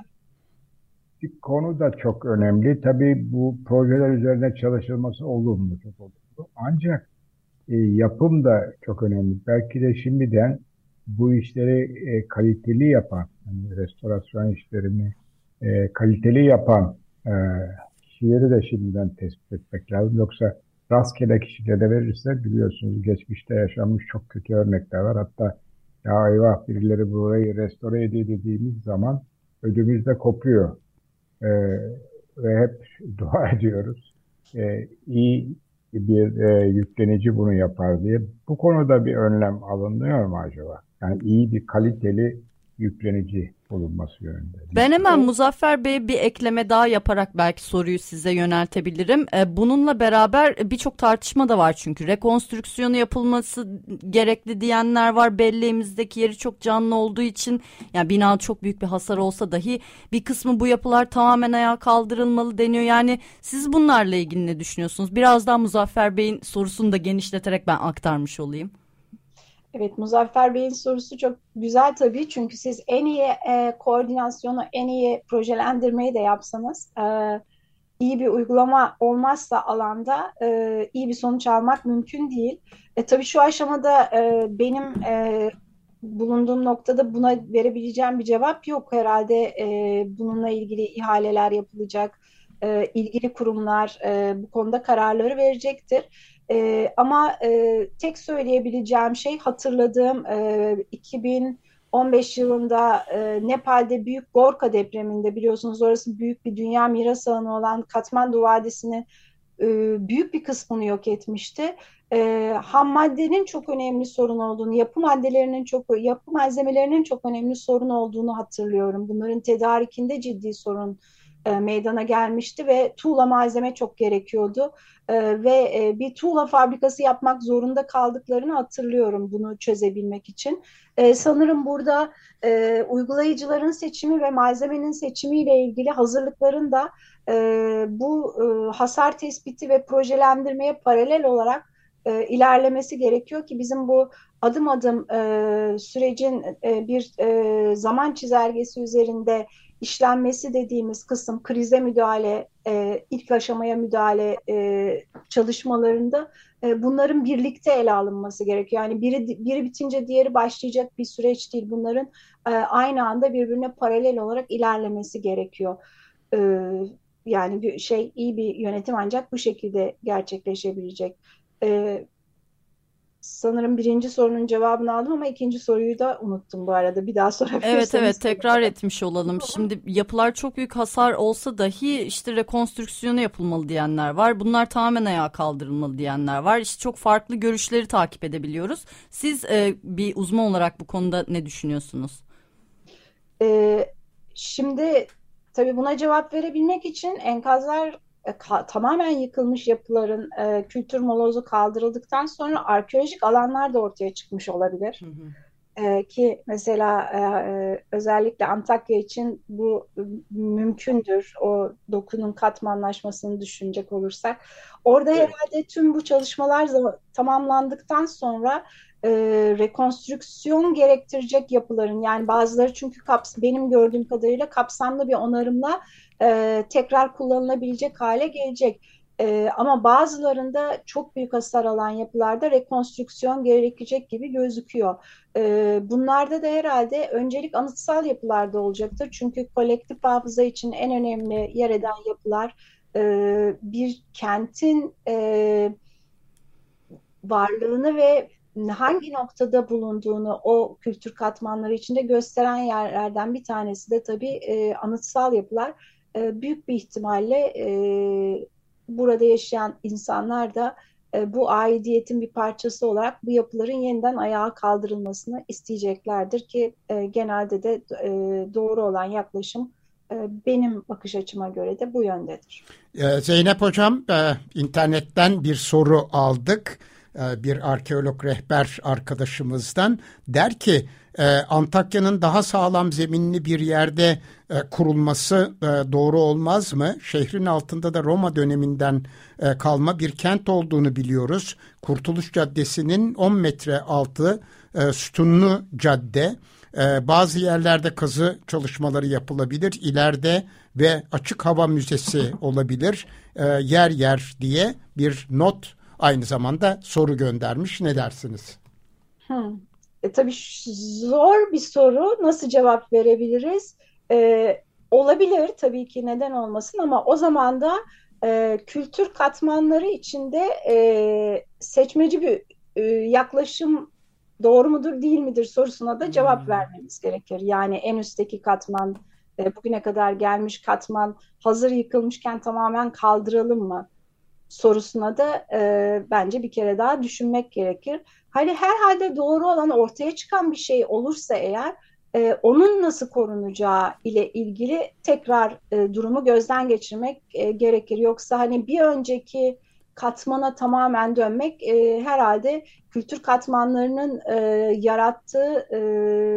E, bir konu da çok önemli. Tabii bu projeler üzerine çalışılması olumlu, çok olumlu. Ancak e, yapım da çok önemli. Belki de şimdiden bu işleri e, kaliteli yapan, yani restorasyon işlerini e, kaliteli yapan e, kişileri de şimdiden tespit etmek lazım. Yoksa rastgele kişilere verirse biliyorsunuz geçmişte yaşanmış çok kötü örnekler var. Hatta ya eyvah birileri burayı restore ediyor dediğimiz zaman ödümüzde kopuyor. E, ve hep dua ediyoruz. E, iyi bir e, yüklenici bunu yapar diye. Bu konuda bir önlem alınıyor mu acaba? Yani iyi bir kaliteli yüklenici bulunması yönünde. Ben hemen Muzaffer Bey'e bir ekleme daha yaparak belki soruyu size yöneltebilirim. Bununla beraber birçok tartışma da var çünkü. Rekonstrüksiyonu yapılması gerekli diyenler var. Belleğimizdeki yeri çok canlı olduğu için yani bina çok büyük bir hasar olsa dahi bir kısmı bu yapılar tamamen ayağa kaldırılmalı deniyor. Yani siz bunlarla ilgili ne düşünüyorsunuz? Biraz daha Muzaffer Bey'in sorusunu da genişleterek ben aktarmış olayım. Evet, Muzaffer Bey'in sorusu çok güzel tabii çünkü siz en iyi e, koordinasyonu, en iyi projelendirmeyi de yapsanız e, iyi bir uygulama olmazsa alanda e, iyi bir sonuç almak mümkün değil. E, tabii şu aşamada e, benim e, bulunduğum noktada buna verebileceğim bir cevap yok herhalde. E, bununla ilgili ihaleler yapılacak, e, ilgili kurumlar e, bu konuda kararları verecektir. E, ama e, tek söyleyebileceğim şey hatırladığım e, iki bin on beş yılında e, Nepal'de büyük Gorka depreminde biliyorsunuz orası büyük bir dünya miras alanı olan Katmandu Vadisi'ni e, büyük bir kısmını yok etmişti. E, ham maddenin çok önemli sorun olduğunu, yapı maddelerinin çok, yapı malzemelerinin çok önemli sorun olduğunu hatırlıyorum. Bunların tedarikinde ciddi sorun e, meydana gelmişti ve tuğla malzeme çok gerekiyordu. E, ve e, bir tuğla fabrikası yapmak zorunda kaldıklarını hatırlıyorum bunu çözebilmek için. E, sanırım burada e, uygulayıcıların seçimi ve malzemenin seçimiyle ilgili hazırlıkların da e, bu e, hasar tespiti ve projelendirmeye paralel olarak e, ilerlemesi gerekiyor ki bizim bu adım adım e, sürecin e, bir e, zaman çizelgesi üzerinde işlenmesi dediğimiz kısım krize müdahale, e, ilk aşamaya müdahale e, çalışmalarında e, bunların birlikte ele alınması gerekiyor. Yani biri biri bitince diğeri başlayacak bir süreç değil. Bunların e, aynı anda birbirine paralel olarak ilerlemesi gerekiyor. E, yani bir şey iyi bir yönetim ancak bu şekilde gerçekleşebilecek. E, Sanırım birinci sorunun cevabını aldım ama ikinci soruyu da unuttum bu arada. Bir daha sorabilirseniz. Evet evet tekrar etmiş olalım. Şimdi yapılar çok büyük hasar olsa dahi işte rekonstrüksiyonu yapılmalı diyenler var. Bunlar tamamen ayağa kaldırılmalı diyenler var. İşte çok farklı görüşleri takip edebiliyoruz. Siz e, bir uzman olarak bu konuda ne düşünüyorsunuz? Ee, şimdi tabii buna cevap verebilmek için enkazlar e, ka- tamamen yıkılmış yapıların e, kültür molozu kaldırıldıktan sonra arkeolojik alanlar da ortaya çıkmış olabilir. Hı hı. E, ki mesela e, e, özellikle Antakya için bu e, mümkündür. O dokunun katmanlaşmasını düşünecek olursak. Orada Evet. herhalde tüm bu çalışmalar zam- tamamlandıktan sonra e, rekonstrüksiyon gerektirecek yapıların yani bazıları çünkü kaps benim gördüğüm kadarıyla kapsamlı bir onarımla e, tekrar kullanılabilecek hale gelecek. E, ama bazılarında çok büyük hasar alan yapılarda rekonstrüksiyon gerekecek gibi gözüküyor. E, bunlarda da herhalde öncelik anıtsal yapılarda olacaktır. Çünkü kolektif hafıza için en önemli yer eden yapılar e, bir kentin e, varlığını ve hangi noktada bulunduğunu o kültür katmanları içinde gösteren yerlerden bir tanesi de tabii e, anıtsal yapılar. E, büyük bir ihtimalle e, burada yaşayan insanlar da e, bu aidiyetin bir parçası olarak bu yapıların yeniden ayağa kaldırılmasını isteyeceklerdir ki e, genelde de e, doğru olan yaklaşım e, benim bakış açıma göre de bu yöndedir. Ee, Zeynep Hocam, e, internetten bir soru aldık. E, bir arkeolog rehber arkadaşımızdan. Der ki e, Antakya'nın daha sağlam zeminli bir yerde e, kurulması e, doğru olmaz mı? Şehrin altında da Roma döneminden e, kalma bir kent olduğunu biliyoruz. Kurtuluş Caddesi'nin on metre altı e, sütunlu cadde. E, bazı yerlerde kazı çalışmaları yapılabilir. İleride ve açık hava müzesi olabilir. E, yer yer diye bir not aynı zamanda soru göndermiş. Ne dersiniz? Hmm. E, tabii zor bir soru. Nasıl cevap verebiliriz? E, olabilir tabii ki neden olmasın ama o zaman da e, kültür katmanları içinde e, seçmeci bir e, yaklaşım doğru mudur değil midir sorusuna da cevap Hmm. vermemiz gerekir. Yani en üstteki katman e, bugüne kadar gelmiş katman hazır yıkılmışken tamamen kaldıralım mı sorusuna da e, bence bir kere daha düşünmek gerekir. Hani herhalde doğru olan ortaya çıkan bir şey olursa eğer e, onun nasıl korunacağı ile ilgili tekrar e, durumu gözden geçirmek e, gerekir. Yoksa hani bir önceki katmana tamamen dönmek e, herhalde kültür katmanlarının e, yarattığı e,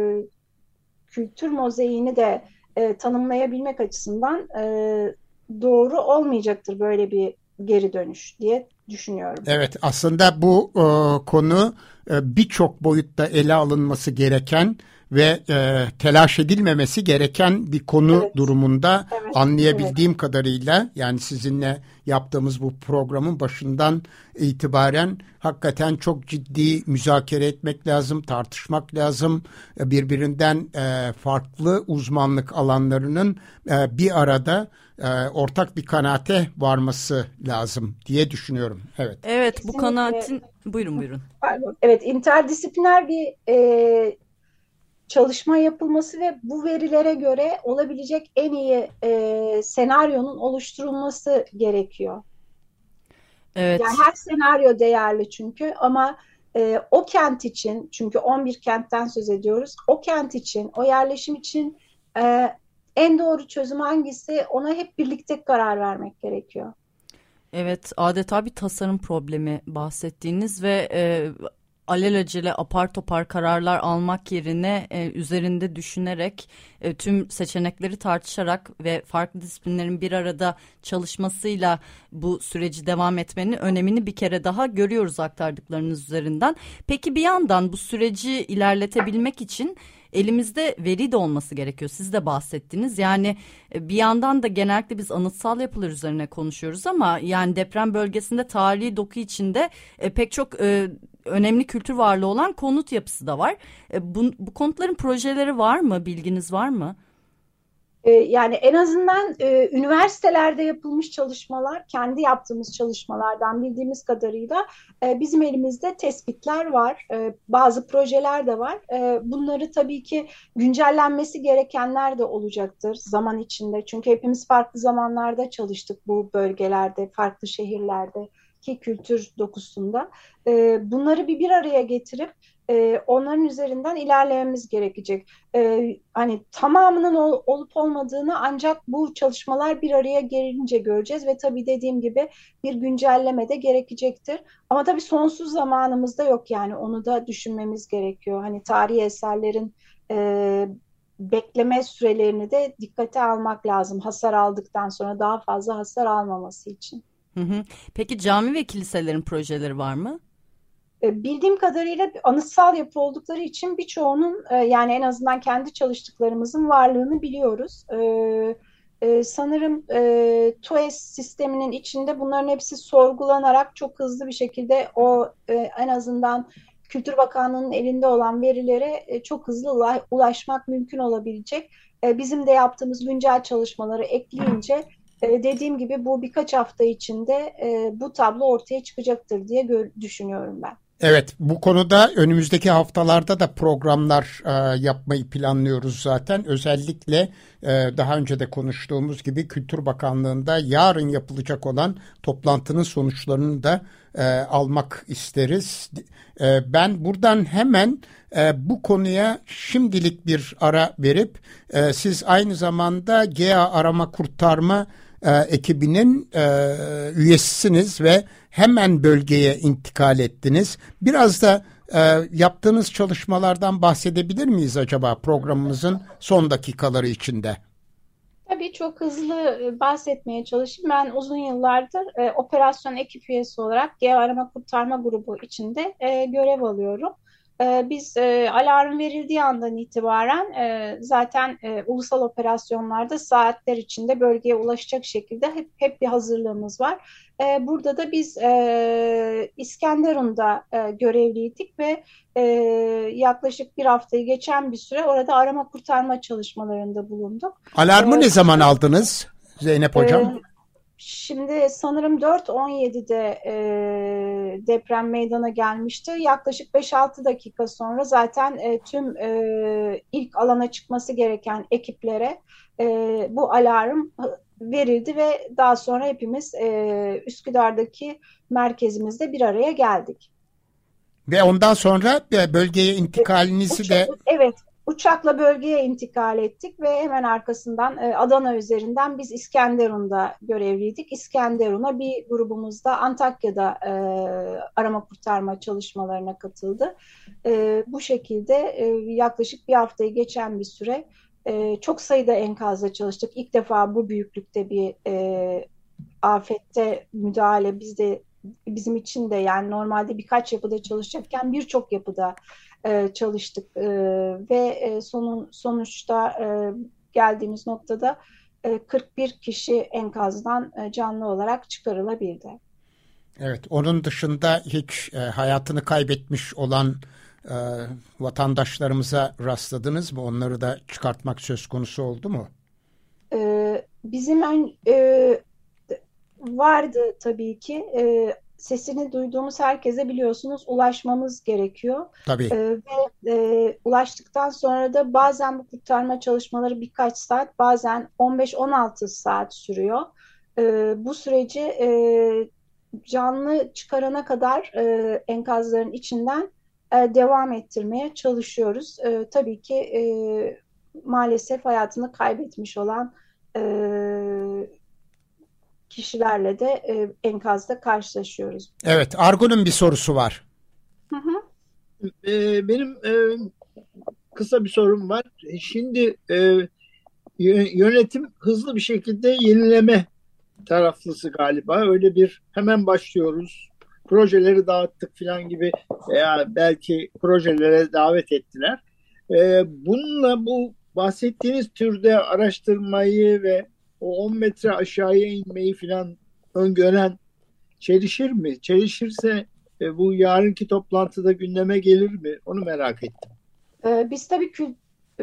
kültür mozaiğini de e, tanımlayabilmek açısından e, doğru olmayacaktır böyle bir geri dönüş diye düşünüyorum. Evet, aslında bu e, konu e, birçok boyutta ele alınması gereken ve e, telaş edilmemesi gereken bir konu evet. durumunda evet. anlayabildiğim evet. kadarıyla, yani sizinle yaptığımız bu programın başından itibaren hakikaten çok ciddi müzakere etmek lazım, tartışmak lazım. Birbirinden e, farklı uzmanlık alanlarının e, bir arada e, ortak bir kanaate varması lazım diye düşünüyorum. Evet. Evet, bu Kesinlikle. kanaatin buyurun buyurun. Pardon. Evet, interdisipliner bir e, çalışma yapılması ve bu verilere göre olabilecek en iyi e, senaryonun oluşturulması gerekiyor. Evet. Yani her senaryo değerli çünkü, ama e, o kent için, çünkü on bir kentten söz ediyoruz, o kent için, o yerleşim için e, en doğru çözüm hangisi, ona hep birlikte karar vermek gerekiyor. Evet, adeta bir tasarım problemi bahsettiğiniz ve e, alelacele apar topar kararlar almak yerine e, üzerinde düşünerek, e, tüm seçenekleri tartışarak ve farklı disiplinlerin bir arada çalışmasıyla bu süreci devam etmenin önemini bir kere daha görüyoruz aktardıklarınız üzerinden. Peki bir yandan bu süreci ilerletebilmek için elimizde veri de olması gerekiyor. Siz de bahsettiniz. Yani bir yandan da genellikle biz anıtsal yapılar üzerine konuşuyoruz ama yani deprem bölgesinde tarihi doku içinde e, pek çok e, önemli kültür varlığı olan konut yapısı da var. E, bu, bu konutların projeleri var mı? Bilginiz var mı? Yani en azından e, üniversitelerde yapılmış çalışmalar, kendi yaptığımız çalışmalardan bildiğimiz kadarıyla e, bizim elimizde tespitler var. E, bazı projeler de var. E, bunları tabii ki güncellenmesi gerekenler de olacaktır zaman içinde. Çünkü hepimiz farklı zamanlarda çalıştık bu bölgelerde, farklı şehirlerde ki kültür dokusunda. E, bunları bir bir araya getirip Ee, onların üzerinden ilerlememiz gerekecek. Ee, hani tamamının ol, olup olmadığını ancak bu çalışmalar bir araya gelince göreceğiz ve tabii dediğim gibi bir güncelleme de gerekecektir. Ama tabii sonsuz zamanımız da yok, yani onu da düşünmemiz gerekiyor. Hani tarihi eserlerin e, bekleme sürelerini de dikkate almak lazım. Hasar aldıktan sonra daha fazla hasar almaması için. Hı hı. Peki cami ve kiliselerin projeleri var mı? Bildiğim kadarıyla anıtsal yapı oldukları için birçoğunun, yani en azından kendi çalıştıklarımızın varlığını biliyoruz. Ee, sanırım e, TOES sisteminin içinde bunların hepsi sorgulanarak çok hızlı bir şekilde o e, en azından Kültür Bakanlığı'nın elinde olan verilere e, çok hızlı ula- ulaşmak mümkün olabilecek. E, bizim de yaptığımız güncel çalışmaları ekleyince e, dediğim gibi bu birkaç hafta içinde e, bu tablo ortaya çıkacaktır diye gör- düşünüyorum ben. Evet, bu konuda önümüzdeki haftalarda da programlar e, yapmayı planlıyoruz zaten. Özellikle e, daha önce de konuştuğumuz gibi Kültür Bakanlığı'nda yarın yapılacak olan toplantının sonuçlarını da e, almak isteriz. E, ben buradan hemen e, bu konuya şimdilik bir ara verip e, siz aynı zamanda G A Arama Kurtarma e, ekibinin e, üyesisiniz ve hemen bölgeye intikal ettiniz. Biraz da e, yaptığınız çalışmalardan bahsedebilir miyiz acaba programımızın son dakikaları içinde? Tabii çok hızlı bahsetmeye çalışayım. Ben uzun yıllardır e, operasyon ekip üyesi olarak G Arama Kurtarma Grubu içinde e, görev alıyorum. E, biz e, alarm verildiği andan itibaren e, zaten e, ulusal operasyonlarda saatler içinde bölgeye ulaşacak şekilde hep, hep bir hazırlığımız var. E, burada da biz e, İskenderun'da e, görevliydik ve e, yaklaşık bir haftayı geçen bir süre orada arama kurtarma çalışmalarında bulunduk. Alarmı E, ne zaman aldınız Zeynep Hocam? E, Şimdi sanırım dört on yedide e, deprem meydana gelmişti. Yaklaşık beş altı dakika sonra zaten e, tüm e, ilk alana çıkması gereken ekiplere e, bu alarm verildi ve daha sonra hepimiz e, Üsküdar'daki merkezimizde bir araya geldik. Ve ondan sonra bölgeye intikalinizi Uça- de... Evet. Uçakla bölgeye intikal ettik ve hemen arkasından e, Adana üzerinden biz İskenderun'da görevliydik. İskenderun'a bir grubumuz da Antakya'da e, arama kurtarma çalışmalarına katıldı. E, bu şekilde e, yaklaşık bir haftayı geçen bir süre e, çok sayıda enkazla çalıştık. İlk defa bu büyüklükte bir e, afette müdahale bizde bizim için de, yani normalde birkaç yapıda çalışacakken birçok yapıda e, çalıştık e, ve e, sonun sonuçta e, geldiğimiz noktada e, kırk bir kişi enkazdan e, canlı olarak çıkarılabildi. Evet, onun dışında hiç e, hayatını kaybetmiş olan e, vatandaşlarımıza rastladınız mı? Onları da çıkartmak söz konusu oldu mu? E, bizim ön, e, vardı tabii ki. E, sesini duyduğumuz herkese biliyorsunuz ulaşmamız gerekiyor. Tabii. E, ve e, ulaştıktan sonra da bazen bu kurtarma çalışmaları birkaç saat, bazen on beş on altı saat sürüyor. E, bu süreci e, canlı çıkarana kadar e, enkazların içinden e, devam ettirmeye çalışıyoruz. E, tabii ki e, maalesef hayatını kaybetmiş olan e, kişilerle de e, enkazda karşılaşıyoruz. Evet, Argun'un bir sorusu var. Hı hı. E, benim e, kısa bir sorum var. Şimdi e, yönetim hızlı bir şekilde yenileme taraflısı galiba. Öyle bir hemen başlıyoruz. Projeleri dağıttık falan gibi veya belki projelere davet ettiler. Ee, bununla bu bahsettiğiniz türde araştırmayı ve o on metre aşağıya inmeyi falan öngören çelişir mi? Çelişirse e, bu yarınki toplantıda gündeme gelir mi? Onu merak ettim. Ee, biz tabii kült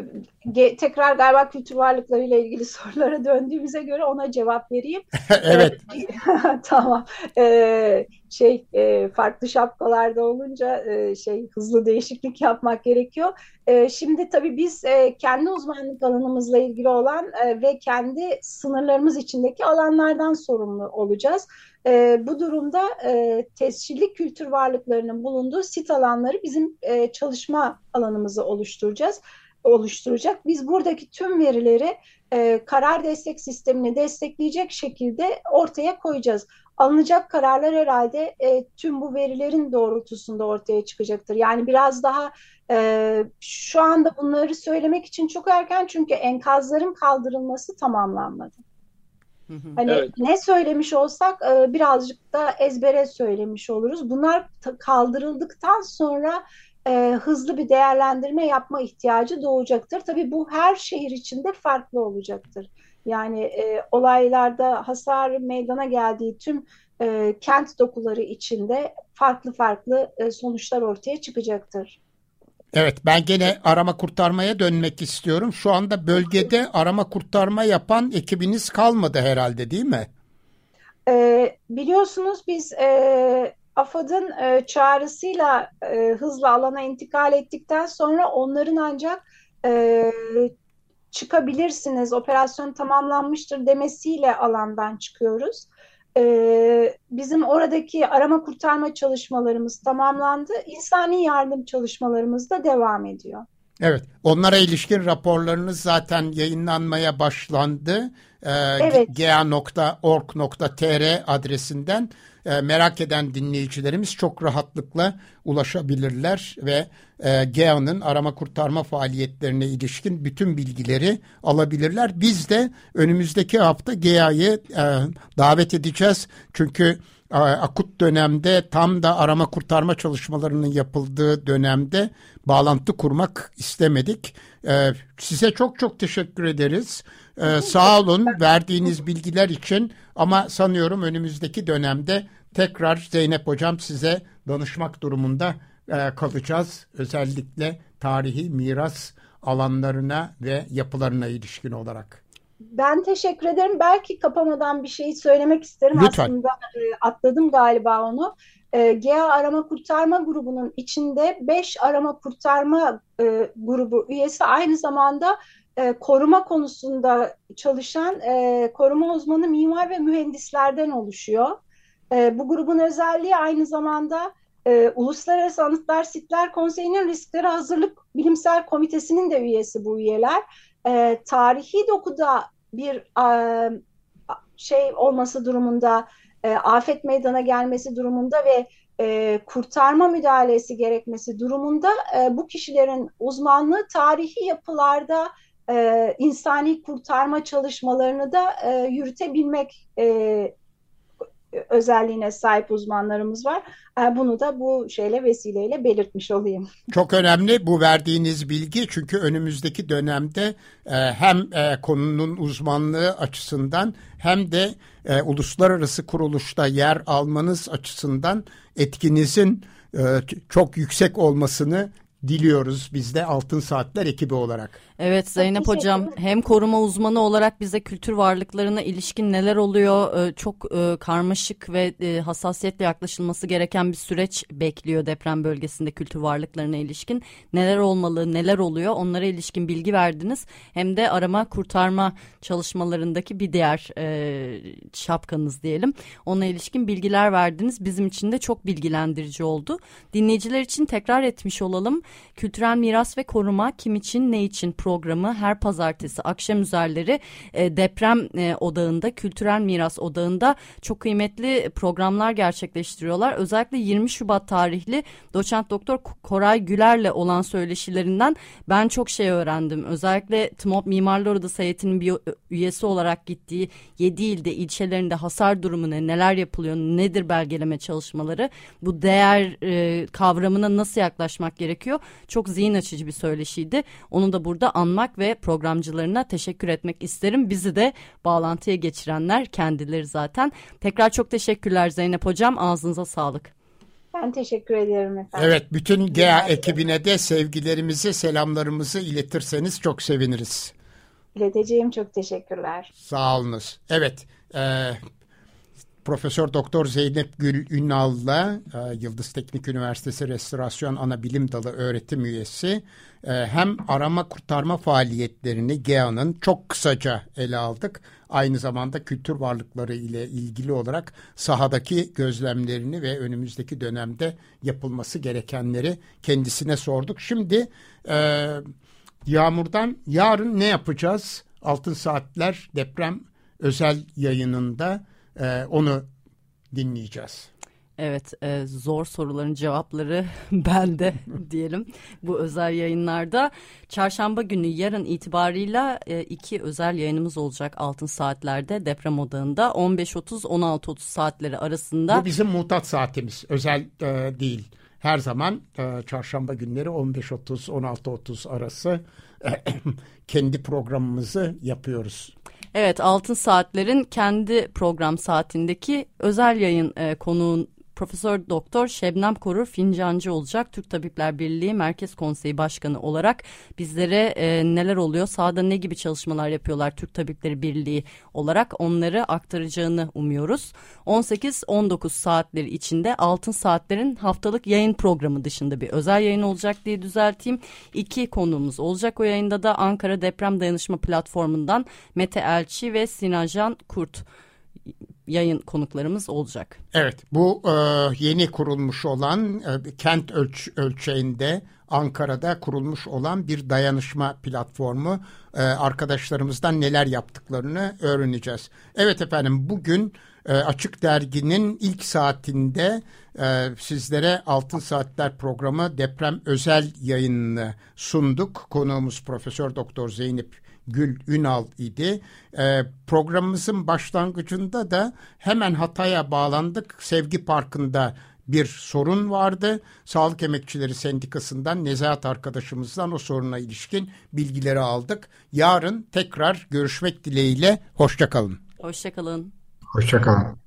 Ge- tekrar galiba kültür varlıklarıyla ilgili sorulara döndüğümüze göre ona cevap vereyim. Evet. Tamam. Ee, şey e, farklı şapkalarda olunca e, şey hızlı değişiklik yapmak gerekiyor. E, şimdi tabii biz e, kendi uzmanlık alanımızla ilgili olan e, ve kendi sınırlarımız içindeki alanlardan sorumlu olacağız. E, bu durumda e, tescilli kültür varlıklarının bulunduğu sit alanları bizim e, çalışma alanımızı oluşturacağız. oluşturacak. Biz buradaki tüm verileri e, karar destek sistemini destekleyecek şekilde ortaya koyacağız. Alınacak kararlar herhalde e, tüm bu verilerin doğrultusunda ortaya çıkacaktır. Yani biraz daha e, şu anda bunları söylemek için çok erken çünkü enkazların kaldırılması tamamlanmadı. Hani evet. Ne söylemiş olsak e, birazcık da ezbere söylemiş oluruz. Bunlar kaldırıldıktan sonra e, hızlı bir değerlendirme yapma ihtiyacı doğacaktır. Tabii bu her şehir içinde farklı olacaktır. Yani e, olaylarda hasar meydana geldiği tüm e, kent dokuları içinde farklı farklı e, sonuçlar ortaya çıkacaktır. Evet, ben gene arama kurtarmaya dönmek istiyorum. Şu anda bölgede arama kurtarma yapan ekibiniz kalmadı herhalde, değil mi? E, biliyorsunuz biz e, AFAD'ın e, çağrısıyla e, hızla alana intikal ettikten sonra onların ancak e, çıkabilirsiniz, operasyon tamamlanmıştır demesiyle alandan çıkıyoruz. Ee, bizim oradaki arama kurtarma çalışmalarımız tamamlandı. İnsani yardım çalışmalarımız da devam ediyor. Evet, onlara ilişkin raporlarınız zaten yayınlanmaya başlandı. Ee, evet. ge a nokta org nokta t r adresinden e, merak eden dinleyicilerimiz çok rahatlıkla ulaşabilirler ve e, G E A'nın arama kurtarma faaliyetlerine ilişkin bütün bilgileri alabilirler. Biz de önümüzdeki hafta G E A'yı e, davet edeceğiz. Çünkü e, akut dönemde tam da arama kurtarma çalışmalarının yapıldığı dönemde bağlantı kurmak istemedik. E, size çok çok teşekkür ederiz. Ee, sağ olun verdiğiniz bilgiler için ama sanıyorum önümüzdeki dönemde tekrar Zeynep Hocam size danışmak durumunda e, kalacağız. Özellikle tarihi miras alanlarına ve yapılarına ilişkin olarak. Ben teşekkür ederim. Belki kapamadan bir şey söylemek isterim. Lütfen. Aslında e, atladım galiba onu. E, G E A Arama Kurtarma grubunun içinde beş arama kurtarma e, grubu üyesi aynı zamanda e, koruma konusunda çalışan e, koruma uzmanı mimar ve mühendislerden oluşuyor. E, bu grubun özelliği aynı zamanda e, Uluslararası Anıtlar Sitler Konseyi'nin risklere hazırlık bilimsel komitesinin de üyesi bu üyeler. E, tarihi dokuda bir e, şey olması durumunda, e, afet meydana gelmesi durumunda ve e, kurtarma müdahalesi gerekmesi durumunda e, bu kişilerin uzmanlığı tarihi yapılarda e, insani kurtarma çalışmalarını da e, yürütebilmek e, özelliğine sahip uzmanlarımız var. Bunu da bu şeyle vesileyle belirtmiş olayım. Çok önemli bu verdiğiniz bilgi, çünkü önümüzdeki dönemde e, hem e, konunun uzmanlığı açısından hem de e, uluslararası kuruluşta yer almanız açısından etkinizin e, çok yüksek olmasını diliyoruz biz de Altın Saatler ekibi olarak. Evet Zeynep Hocam, hem koruma uzmanı olarak bize kültür varlıklarına ilişkin neler oluyor, çok karmaşık ve hassasiyetle yaklaşılması gereken bir süreç bekliyor deprem bölgesinde kültür varlıklarına ilişkin. Neler olmalı, neler oluyor, onlara ilişkin bilgi verdiniz. Hem de arama kurtarma çalışmalarındaki bir diğer e, şapkanız diyelim. Ona ilişkin bilgiler verdiniz. Bizim için de çok bilgilendirici oldu. Dinleyiciler için tekrar etmiş olalım. Kültürel miras ve koruma kim için ne için programı her pazartesi akşam üzerleri e, deprem e, odağında, kültürel miras odağında çok kıymetli programlar gerçekleştiriyorlar. Özellikle yirmi Şubat tarihli doçent doktor Koray Güler'le olan söyleşilerinden ben çok şey öğrendim. Özellikle T M O B Mimarlar Odası heyetinin bir üyesi olarak gittiği yedi ilde, ilçelerinde hasar durumu ne, neler yapılıyor, nedir belgeleme çalışmaları, bu değer e, kavramına nasıl yaklaşmak gerekiyor. Çok zihin açıcı bir söyleşiydi. Onu da burada anmak ve programcılarına teşekkür etmek isterim. Bizi de bağlantıya geçirenler kendileri zaten. Tekrar çok teşekkürler Zeynep Hocam. Ağzınıza sağlık. Ben teşekkür ederim efendim. Evet, bütün G E A ekibine de sevgilerimizi, selamlarımızı iletirseniz çok seviniriz. İleteceğim, çok teşekkürler. Sağ olunuz. Evet, e, Profesör Doktor Zeynep Gül Ünal'la e, Yıldız Teknik Üniversitesi Restorasyon Anabilim Dalı öğretim üyesi e, hem arama kurtarma faaliyetlerini G E A'nın çok kısaca ele aldık. Aynı zamanda kültür varlıkları ile ilgili olarak sahadaki gözlemlerini ve önümüzdeki dönemde yapılması gerekenleri kendisine sorduk. Şimdi e, Yağmur'dan yarın ne yapacağız? Altın Saatler deprem özel yayınında Ee, onu dinleyeceğiz. Evet, e, zor soruların cevapları bende diyelim bu özel yayınlarda. Çarşamba günü yarın itibarıyla e, iki özel yayınımız olacak Altın Saatler'de deprem odağında on beş otuz on altı otuz saatleri arasında. Bu bizim muhtat saatimiz, özel e, değil. Her zaman e, çarşamba günleri on beş otuz on altı otuz arası e, kendi programımızı yapıyoruz. Evet, Altın Saatler'in kendi program saatindeki özel yayın e, konuğun Profesör Doktor Şebnem Korur Fincancı olacak. Türk Tabipler Birliği Merkez Konseyi Başkanı olarak bizlere e, neler oluyor, sahada ne gibi çalışmalar yapıyorlar Türk Tabipleri Birliği olarak onları aktaracağını umuyoruz. on sekiz on dokuz saatleri içinde Altın Saatler'in haftalık yayın programı dışında bir özel yayın olacak diye düzelteyim. İki konuğumuz olacak o yayında da Ankara Deprem Dayanışma Platformu'ndan Mete Elçi ve Sinancan Kurt yayın konuklarımız olacak. Evet, bu e, yeni kurulmuş olan e, kent ölç ölçeğinde Ankara'da kurulmuş olan bir dayanışma platformu. E, arkadaşlarımızdan neler yaptıklarını öğreneceğiz. Evet efendim, bugün e, Açık Dergi'nin ilk saatinde e, sizlere Altın Saatler programı deprem özel yayınını sunduk. Konuğumuz Profesör Doktor Zeynep Gül Ünal idi. E, programımızın başlangıcında da hemen Hatay'a bağlandık. Sevgi Parkı'nda bir sorun vardı. Sağlık Emekçileri Sendikası'ndan Nezahat arkadaşımızdan o soruna ilişkin bilgileri aldık. Yarın tekrar görüşmek dileğiyle. Hoşça kalın. Hoşça kalın. Hoşça kalın.